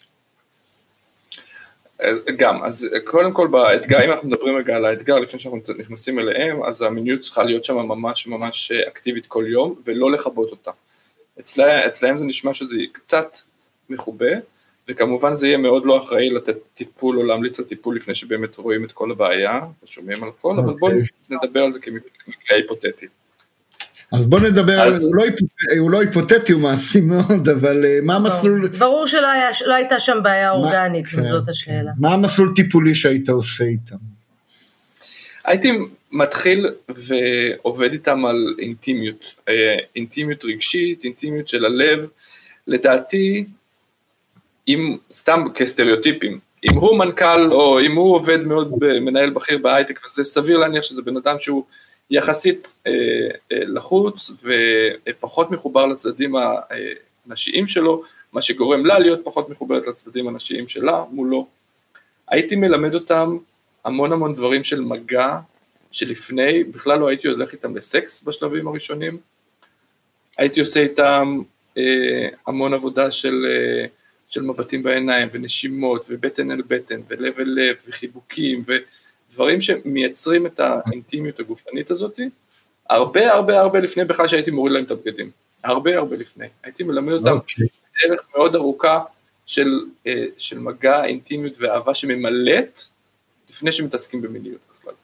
גם, אז קודם כל באתגר, אם אנחנו מדברים רגע על האתגר, לפני שאנחנו נכנסים אליהם, אז המיניות צריכה להיות שם ממש ממש אקטיבית כל יום, ולא לכבות אותה. אצלהם זה נשמע שזה קצת מחובה, וכמובן זה יהיה מאוד לא אחראי לתת טיפול או להמליץ על טיפול לפני שבאמת רואים את כל הבעיה, ושומעים על הכל, אבל בואו נדבר על זה כמקרה היפותטי. אז בואו נדבר על זה, הוא לא היפותטי, הוא מעשי מאוד, אבל מה המסלול... ברור שלא הייתה שם בעיה אורגנית, זאת השאלה. מה המסלול טיפולי שהיית עושה איתם? הייתי מתחיל ועובד איתם על אינטימיות, אינטימיות רגשית, אינטימיות של הלב, לדעתי, אם סתם כסטריאוטיפים, אם הוא מנכ"ל או אם הוא עובד מאוד מנהל בכיר בהייטק, וזה סביר להניח שזה בן אדם שהוא יחסית לחוץ ופחות מחובר לצדדים הנשיים שלו, מה שגורם לה להיות פחות מחוברת לצדדים הנשיים שלה מולו. הייתי מלמד אותם המון דברים של מגע, שלפני, בכלל לא הייתי הולך איתם לסקס בשלבים הראשונים, הייתי עושה איתם המון עבודה של מבטים בעיניים ונשימות ובטן אל בטן ולב אל לב וחיבוקים ודברים שמייצרים את האינטימיות הגופנית הזאת, הרבה לפני בכלל שהייתי מוריד להם את הבגדים, הרבה לפני, הייתי מלמד אותם דרך מאוד ארוכה של מגע, אינטימיות ואהבה שממלאת לפני שמתעסקים במיניות בכלל.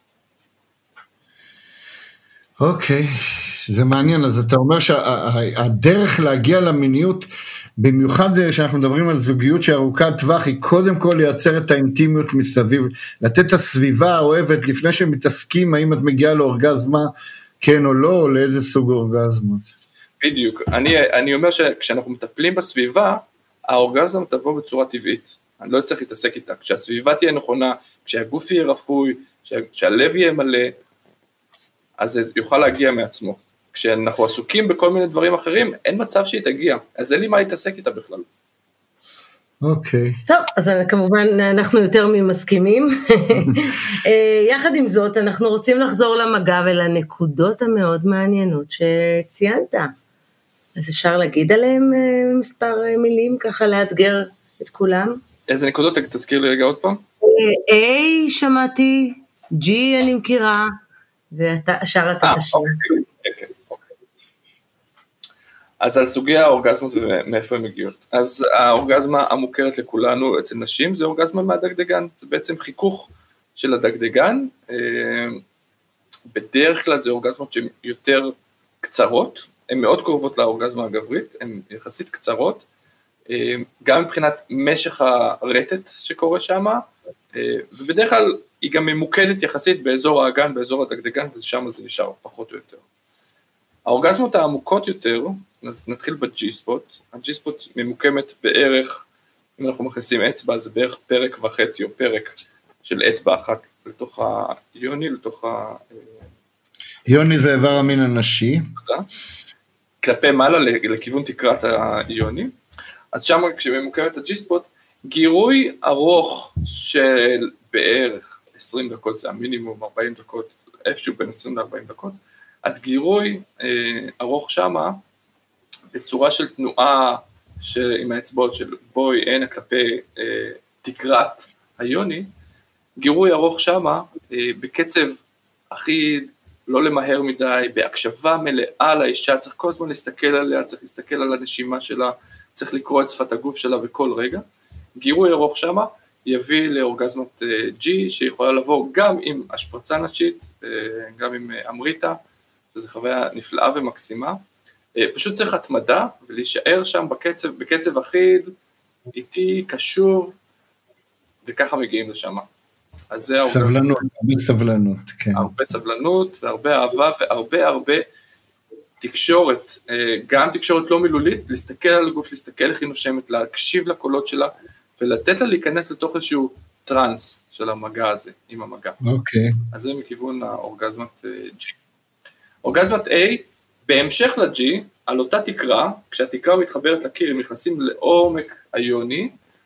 אוקיי, זה מעניין, אז אתה אומר שהדרך להגיע למיניות, במיוחד שאנחנו מדברים על זוגיות שארוכת טווח, היא קודם כל לייצר את האינטימיות מסביב, לתת את הסביבה האוהבת, לפני שמתעסקים האם את מגיעה לאורגזמה, כן או לא, או לאיזה סוג אורגזמות. בדיוק, אני אומר שכשאנחנו מטפלים בסביבה, האורגזמה תבוא בצורה טבעית, אני לא צריך להתעסק איתה, כשהסביבה תהיה נכונה, כשהגוף יהיה רפוי, כשהלב יהיה מלא, אז זה יוכל להגיע מעצמו. כשאנחנו עסוקים בכל מיני דברים אחרים, אין מצב שהיא תגיע, אז אין לי מה להתעסק איתה בכלל. אוקיי. טוב, אז כמובן אנחנו יותר ממסכימים. יחד עם זאת, אנחנו רוצים לחזור למגע ולנקודות המאוד מעניינות שציינת. אז אפשר להגיד עליהם מספר מילים, ככה לאתגר את כולם? איזה נקודות, תזכיר לי רגע עוד פעם? A שמעתי, G אני מכירה, והשאר אתה תשאיר. אז על סוגי האורגזמות ומאיפה הן מגיעות. אז האורגזמה המוכרת לכולנו אצל נשים, זה אורגזמה מהדגדגן, זה בעצם חיכוך של הדגדגן, בדרך כלל זה אורגזמות שהן יותר קצרות, הן מאוד קרובות לאורגזמה הגברית, הן יחסית קצרות, גם מבחינת משך הרטט שקורה שם, ובדרך כלל היא גם ממוקדת יחסית באזור האגן, באזור הדגדגן, ושם זה נשאר פחות או יותר. האורגזמות העמוקות יותר, אז נתחיל בג'י-ספוט, הג'י-ספוט ממוקמת בערך, אם אנחנו מכניסים אצבע, זה בערך פרק וחצי או פרק של אצבע אחת לתוך היוני, לתוך יוני זה איבר המין הנשי. כלפי מעלה לכיוון תקרת היוני, אז שם כשממוקמת הג'י-ספוט, גירוי ארוך של בערך 20 דקות, זה המינימום 40 דקות, איפשהו בין 20 ל-40 דקות, אז גירוי ארוך שמה, בצורה של תנועה עם האצבעות של בוי הנה כלפי תקרת היוני, גירוי ארוך שמה, בקצב אחיד, לא למהר מדי, בהקשבה מלאה לאישה, צריך כל הזמן להסתכל עליה, צריך להסתכל על הנשימה שלה, צריך לקרוא את שפת הגוף שלה בכל רגע, גירוי ארוך שמה, יביא לאורגזמת G, שיכולה לבוא גם עם השפרצה נשית, גם עם אמריטה, שזו חוויה נפלאה ומקסימה, פשוט צריך התמדה, ולהישאר שם בקצב אחיד, איטי, קשוב, וככה מגיעים לשם. אז זה סבלנות, הרבה סבלנות, כן. הרבה סבלנות, והרבה אהבה, והרבה תקשורת, גם תקשורת לא מילולית, להסתכל על הגוף, להסתכל איך היא נושמת, להקשיב לקולות שלה, ולתת לה להיכנס לתוך איזשהו טרנס של המגע הזה, עם המגע. אוקיי. אז זה מכיוון האורגזמת G. אורגזמת A, בהמשך ל-G, על אותה תקרה, כשהתקרה מתחברת לקיר, הם נכנסים לעומק היוני,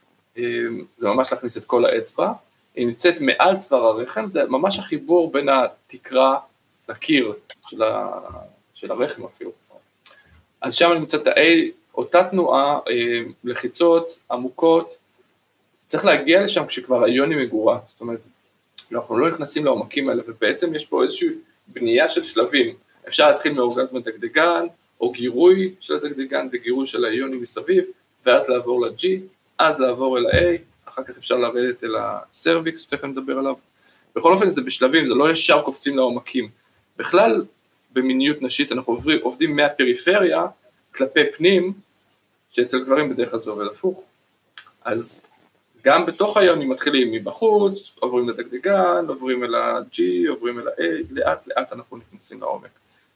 זה ממש להכניס את כל האצבע, היא נמצאת מעל צוואר הרחם, זה ממש החיבור בין התקרה לקיר של הרחם אפילו. אז שם אני מצא את ה-A, אותה תנועה, לחיצות עמוקות, צריך להגיע לשם כשכבר היוני מגורה, זאת אומרת, אנחנו לא נכנסים לעומקים האלה, ובעצם יש פה איזושהי בנייה של שלבים, אפשר להתחיל מאורגזמה דגדגן, או גירוי של הדגדגן וגירוי של היוני מסביב, ואז לעבור ל-G, אז לעבור אל ה-A, אחר כך אפשר לרדת אל הסרוויקס, שתכף נדבר עליו, בכל אופן זה בשלבים, זה לא ישר קופצים לעומקים, בכלל במיניות נשית אנחנו עובדים מהפריפריה כלפי פנים, שאצל גברים בדרך כלל זה עובד הפוך, אז גם בתוך היוני מתחילים מבחוץ, עוברים לדגדגן, עוברים אל ה-G, עוברים אל ה-A, לאט לאט אנחנו נכנסים לעומק.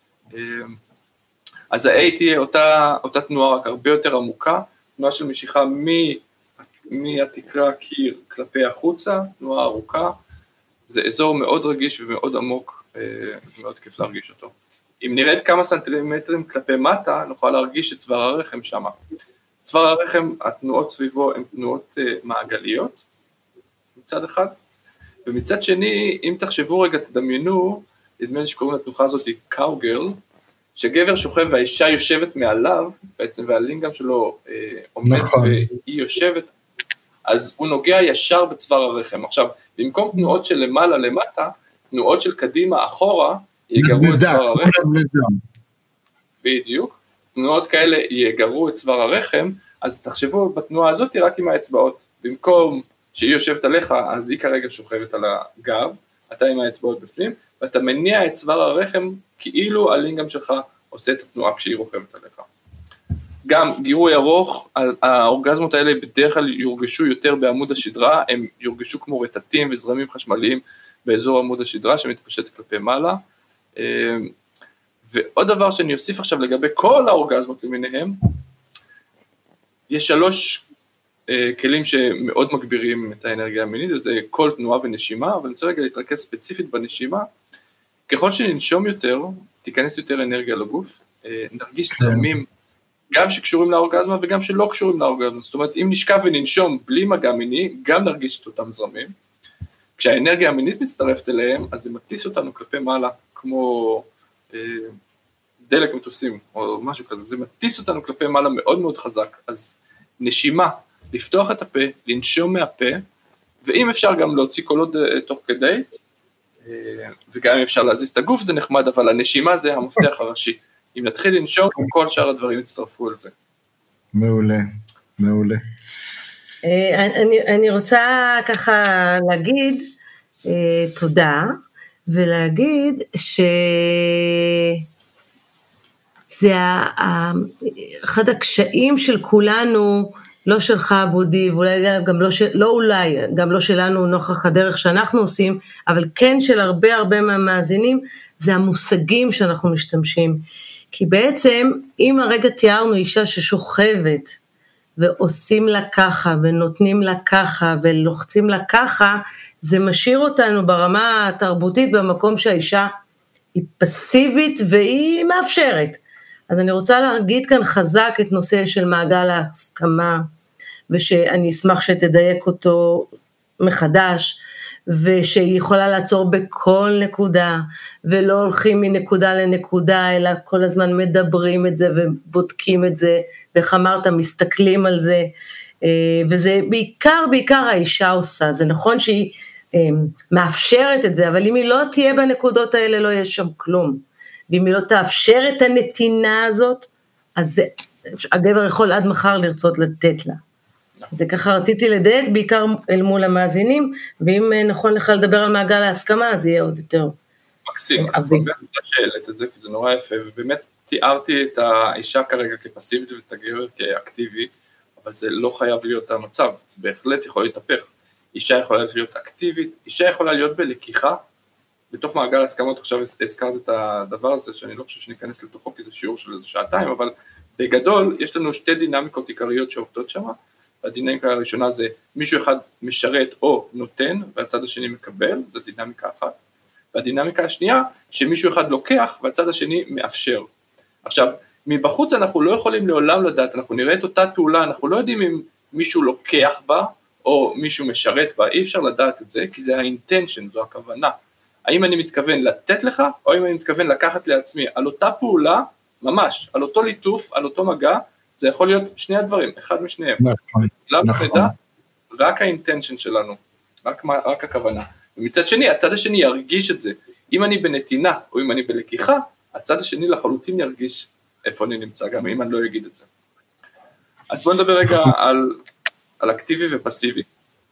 אז ה-A תהיה אותה תנועה רק הרבה יותר עמוקה, תנועה של משיכה מהתקרה קיר כלפי החוצה, תנועה ארוכה, זה אזור מאוד רגיש ומאוד עמוק, מאוד כיף להרגיש אותו. אם נרד כמה סנטימטרים כלפי מטה, נוכל להרגיש את צוואר הרחם שם. צוואר הרחם, התנועות סביבו הן תנועות מעגליות, מצד אחד, ומצד שני, אם תחשבו רגע, תדמיינו, נדמה לי שקוראים לתנוחה הזאת קאוגרל, שגבר שוכב והאישה יושבת מעליו, בעצם והלינגאם שלו עומד והיא יושבת, אז הוא נוגע ישר בצוואר הרחם. עכשיו, במקום תנועות של למעלה למטה, תנועות של קדימה אחורה, יגרו את צוואר הרחם. בדיוק. תנועות כאלה יגרו את צוואר הרחם, אז תחשבו בתנועה הזאת רק עם האצבעות. במקום שהיא יושבת עליך, אז היא כרגע שוכבת על הגב, אתה עם האצבעות בפנים, ואתה מניע את צוואר הרחם כאילו הלינגאם שלך עושה את התנועה כשהיא רוכבת עליך. גם גירוי ארוך, האורגזמות האלה בדרך כלל יורגשו יותר בעמוד השדרה, הם יורגשו כמו רטטים וזרמים חשמליים באזור עמוד השדרה שמתפשט כלפי מעלה. ועוד דבר שאני אוסיף עכשיו לגבי כל האורגזמות למיניהם, יש 3 כלים שמאוד מגבירים את האנרגיה המינית, וזה כל תנועה ונשימה, אבל אני רוצה רגע להתרכז ספציפית בנשימה, ככל שננשום יותר, תיכנס יותר אנרגיה לגוף, נרגיש זרמים גם שקשורים לאורגזמה וגם שלא קשורים לאורגזמה, זאת אומרת, אם נשכב וננשום בלי מגע מיני, גם נרגיש את אותם זרמים, כשהאנרגיה המינית מצטרפת אליהם, אז זה מטיס אותנו כלפי מעלה, כמו דלק מטוסים, או משהו כזה, זה מטיס אותנו כלפי מעלה מאוד מאוד חזק, אז נשימה, לפתוח את הפה, לנשום מהפה, ואם אפשר גם להוציא קולות תוך כדי, וגם אם אפשר להזיז את הגוף זה נחמד, אבל הנשימה זה המפתח הראשי, אם נתחיל לנשום, כל שאר הדברים יצטרפו על זה. מעולה, מעולה. אני רוצה ככה להגיד תודה, ולהגיד שזה אחד הקשיים של כולנו, לא שלך בודי, ואולי גם לא שלנו נוכח הדרך שאנחנו עושים, אבל כן של הרבה מהמאזינים, זה המושגים שאנחנו משתמשים. כי בעצם, אם הרגע תיארנו אישה ששוכבת, ועושים לה ככה, ונותנים לה ככה, ולוחצים לה ככה, זה משאיר אותנו ברמה התרבותית, במקום שהאישה היא פסיבית, והיא מאפשרת. אז אני רוצה להגיד כאן חזק את נושא של מעגל ההסכמה, ושאני אשמח שתדייק אותו מחדש, ושהיא יכולה לעצור בכל נקודה, ולא הולכים מנקודה לנקודה, אלא כל הזמן מדברים את זה, ובודקים את זה, ואיך אמרת, מסתכלים על זה, וזה בעיקר האישה עושה, זה נכון שהיא מאפשרת את זה, אבל אם היא לא תהיה בנקודות האלה, לא יהיה שם כלום, ואם היא לא תאפשר את הנתינה הזאת, אז הגבר יכול עד מחר לרצות לתת לה. זה ככה רציתי לדייק, בעיקר אל מול המאזינים, ואם נכון לך לדבר על מעגל ההסכמה, אז יהיה עוד יותר. מקסים, אז באמת שאלת את זה, כי זה נורא יפה, ובאמת תיארתי את האישה כרגע כפסיבית ואת הגבר כאקטיבי, אבל זה לא חייב להיות המצב, זה בהחלט יכול להתהפך. אישה יכולה להיות אקטיבית, אישה יכולה להיות בלקיחה, בתוך מעגל ההסכמות, עכשיו הזכרת את הדבר הזה, שאני לא חושב שניכנס לתוכו, כי זה שיעור של איזה שעתיים, אבל בגדול יש לנו 2 דינמיקות עיקריות שעובדות שם, הדינמיקה הראשונה זה מישהו אחד משרת או נותן, והצד השני מקבל, זו דינמיקה אחת, והדינמיקה השנייה, שמישהו אחד לוקח, והצד השני מאפשר. עכשיו, מבחוץ אנחנו לא יכולים לעולם לדעת, אנחנו נראה את אותה פעולה, אנחנו לא יודעים אם מישהו לוקח בה, או מישהו משרת בה, אי אפשר לדעת את זה, כי זה האינטנשן, זו הכוונה. האם אני מתכוון לתת לך, או האם אני מתכוון לקחת לעצמי, על אותה פעולה, ממש, על אותו ליטוף, על אותו מגע, זה יכול להיות שני הדברים, אחד משניהם. נכון. נדע, רק האינטנשן שלנו, רק הכוונה. ומצד שני, הצד השני ירגיש את זה. אם אני בנתינה, או אם אני בלקיחה, הצד השני לחלוטין ירגיש איפה אני נמצא, גם אם אני לא אגיד את זה. אז בואו נדבר רגע על אקטיבי ופסיבי.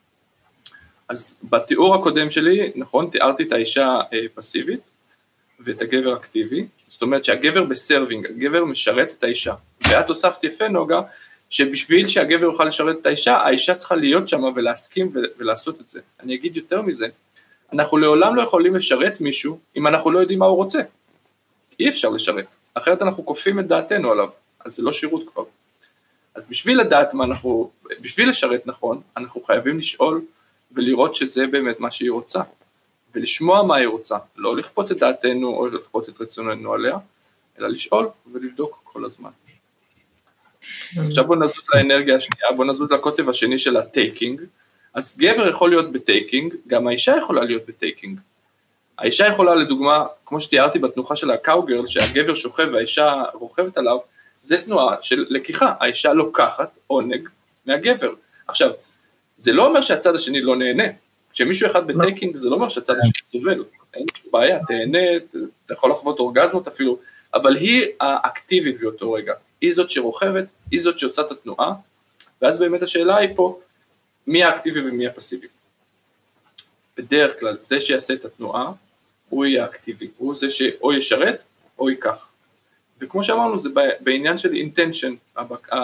אז בתיאור הקודם שלי, נכון, תיארתי את האישה פסיבית, ואת הגבר אקטיבי, זאת אומרת שהגבר בסרווינג, הגבר משרת את האישה, ואת הוספת יפה נוגה, שבשביל שהגבר יוכל לשרת את האישה, האישה צריכה להיות שם ולהסכים ולעשות את זה. אני אגיד יותר מזה, אנחנו לעולם לא יכולים לשרת מישהו, אם אנחנו לא יודעים מה הוא רוצה. אי אפשר לשרת, אחרת אנחנו כופים את דעתנו עליו, אז זה לא שירות כבר. אז בשביל לדעת מה אנחנו, בשביל לשרת נכון, אנחנו חייבים לשאול ולראות שזה באמת מה שהיא רוצה, ולשמוע מה היא רוצה, לא לכפות את דעתנו או לכפות את רצוננו עליה, אלא לשאול ולבדוק כל הזמן. עכשיו בוא נזוז לאנרגיה השנייה, בוא נזוז לקוטב השני של הטייקינג, אז גבר יכול להיות בטייקינג, גם האישה יכולה להיות בטייקינג. האישה יכולה לדוגמה, כמו שתיארתי בתנוחה של הקאוגרל, שהגבר שוכב והאישה רוכבת עליו, זה תנועה של לקיחה, האישה לוקחת עונג מהגבר. עכשיו, זה לא אומר שהצד השני לא נהנה, כשמישהו אחד בטייקינג זה לא אומר שהצד השני סובל, אין שום בעיה, תהנה, אתה יכול לחוות אורגזמות אפילו, אבל היא האקטיבית באותו רגע, היא זאת שרוכבת, היא זאת שעושה את התנועה, ואז באמת השאלה היא פה, מי האקטיבי ומי הפסיבי. בדרך כלל, זה שיעשה את התנועה, הוא יהיה האקטיבי, הוא זה שאו ישרת או ייקח. וכמו שאמרנו, זה בעניין של intention,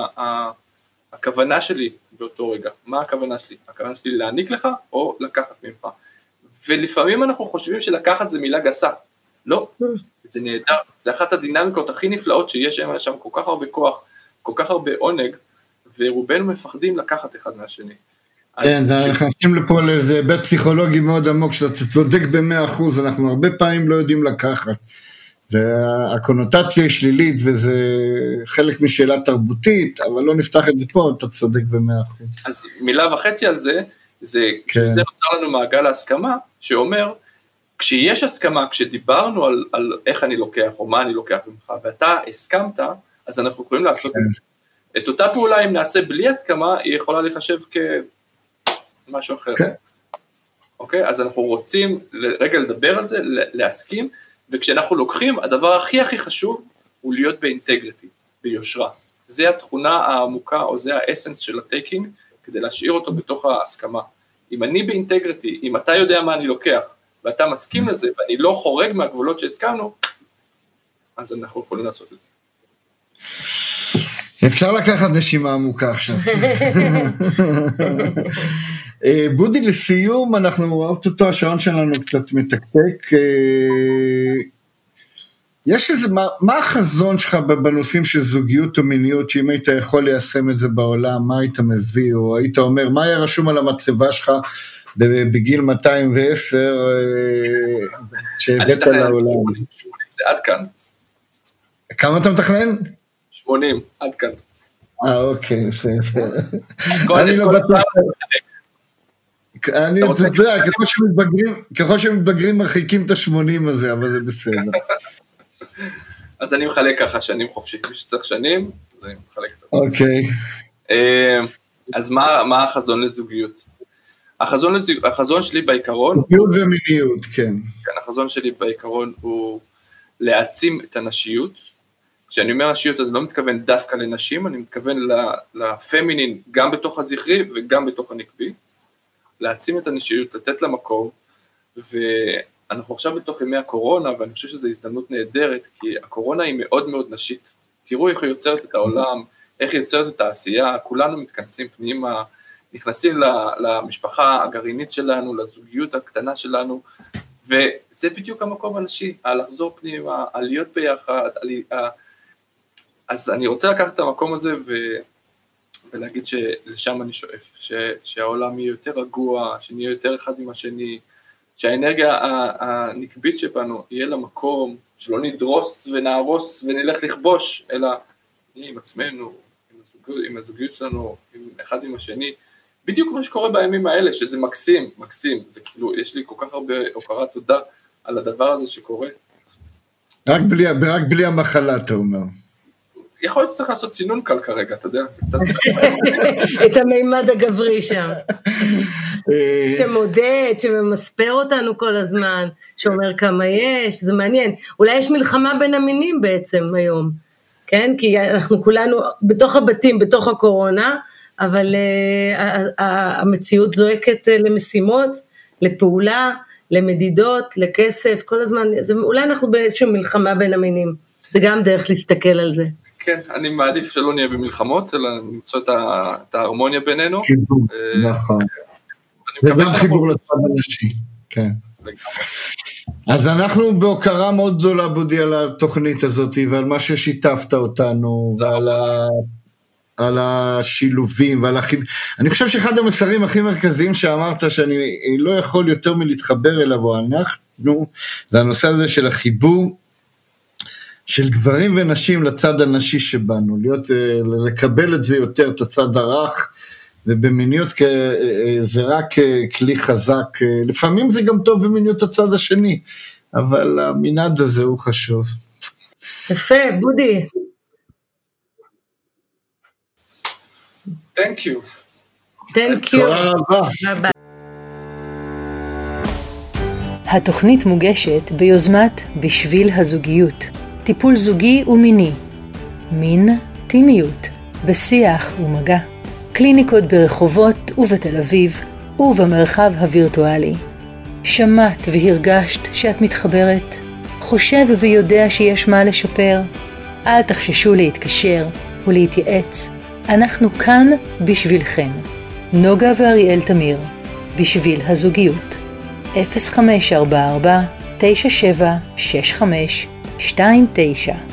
הכוונה שלי באותו רגע, מה הכוונה שלי? הכוונה שלי להעניק לך או לקחת ממך. ולפעמים אנחנו חושבים שלקחת זה מילה גסה. לא, זה נהדר, זה אחת הדינמיקות הכי נפלאות שיש שם כל כך הרבה כוח, כל כך הרבה עונג, ורובנו מפחדים לקחת אחד מהשני. כן, אנחנו נכנסים לפה לאיזה היבט פסיכולוגי מאוד עמוק, שאתה צודק ב100%, אנחנו הרבה פעמים לא יודעים לקחת. והקונוטציה היא שלילית, וזה חלק משאלה תרבותית, אבל לא נפתח את זה פה, אתה צודק ב100%. אז מילה וחצי על זה, זה נוצר לנו מעגל ההסכמה, שאומר, כשיש הסכמה, כשדיברנו על איך אני לוקח, או מה אני לוקח ממך, ואתה הסכמת, אז אנחנו יכולים לעשות את אותה פעולה, אם נעשה בלי הסכמה, היא יכולה לחשב כמשהו אחר. אוקיי? אז אנחנו רוצים רגע לדבר על זה, להסכים, וכשאנחנו לוקחים, הדבר הכי חשוב הוא להיות באינטגריטי, ביושרה. זה התכונה העמוקה, או זה האסנס של הטייקינג, כדי להשאיר אותו בתוך ההסכמה. אם אני באינטגריטי, אם אתה יודע מה אני לוקח, ואתה מסכים לזה, ואני לא חורג מהגבולות שהסכמנו, אז אנחנו יכולים לעשות את זה. אפשר לקחת נשימה עמוקה עכשיו. בודי, לסיום, אנחנו רואות אותו, השעון שלנו קצת מתקתק. יש איזה, מה החזון שלך בנושאים של זוגיות או מיניות, שאם היית יכול ליישם את זה בעולם, מה היית מביא, או היית אומר, מה היה רשום על המצבה שלך בגיל 210, שהבאת לעולם? 80, זה עד כאן. כמה אתה מתכנן? 80, עד כאן. אוקיי, בסדר. אני לא בטוח. אני יודע, ככל שמתבגרים מרחיקים את ה-80 הזה, אבל זה בסדר. אז אני מחלק ככה שנים חופשי, מי שצריך שנים, אז אני מחלק קצת. אוקיי. אז מה החזון לזוגיות? החזון שלי בעיקרון... זוגיות ומיניות, כן. החזון שלי בעיקרון הוא להעצים את הנשיות. כשאני אומר נשיות, אני לא מתכוון דווקא לנשים, אני מתכוון לפמינין, גם בתוך הזכרי וגם בתוך הנקבי. להעצים את הנשיות, לתת לה מקום, ואנחנו עכשיו בתוך ימי הקורונה, ואני חושב שזו הזדמנות נהדרת, כי הקורונה היא מאוד מאוד נשית. תראו איך היא יוצרת את העולם, איך היא יוצרת את העשייה, כולנו מתכנסים פנימה, נכנסים למשפחה הגרעינית שלנו, לזוגיות הקטנה שלנו, וזה בדיוק המקום הנשי, לחזור פנימה, להיות ביחד, אז אני רוצה לקחת את המקום הזה ולהגיד שלשם אני שואף, שהעולם יהיה יותר רגוע, שנהיה יותר אחד עם השני, שהאנרגיה הנקבית שבנו יהיה למקום, שלא נדרוס ונהרוס ונלך לכבוש, אלא נהיה עם עצמנו, עם הזוגיות שלנו, אחד עם השני, בדיוק מה שקורה בימים האלה, שזה מקסים, זה כאילו, יש לי כל כך הרבה הוקרת תודה על הדבר הזה שקורה. רק בלי המחלה, אתה אומר. יכול להיות שצריך לעשות סינון קל כרגע, אתה יודע, זה קצת... את המימד הגברי שם. שמודד, שממספר אותנו כל הזמן, שאומר כמה יש, זה מעניין. אולי יש מלחמה בין המינים בעצם היום, כן? כי אנחנו כולנו בתוך הבתים, בתוך הקורונה, אבל המציאות זועקת למשימות, לפעולה, למדידות, לכסף, כל הזמן, אולי אנחנו באיזושהי מלחמה בין המינים, זה גם דרך להסתכל על זה. כן, אני מעדיף שלא נהיה במלחמות, אלא נמצוא את ההרמוניה בינינו. חיבור, נכון. זה גם חיבור לצד הנשי, כן. אז אנחנו בהוקרה מאוד גדולה, בודי, על התוכנית הזאת, ועל מה ששיתפת אותנו, ועל השילובים, אני חושב שאחד המסרים הכי מרכזיים שאמרת, שאני לא יכול יותר מלהתחבר אליו, או אנחנו, זה הנושא הזה של החיבור, של גברים ונשים לצד הנשי שבנו, לקבל את זה יותר, את הצד הרך, ובמיניות זה רק כלי חזק, לפעמים זה גם טוב במיניות הצד השני, אבל המנעד הזה הוא חשוב. יפה, בודי. Thank you. Thank you. תודה רבה. התוכנית מוגשת ביוזמת בשביל הזוגיות, טיפול זוגי ומיני, מין, טימיות, בשיח ומגע, קליניקות ברחובות ובתל אביב ובמרחב הווירטואלי. שמעת והרגשת שאת מתחברת? חושב ויודע שיש מה לשפר? אל תחששו להתקשר ולהתייעץ. אנחנו כאן בשבילכם. נוגה ואריאל תמיר, בשביל הזוגיות. 0544 9765 29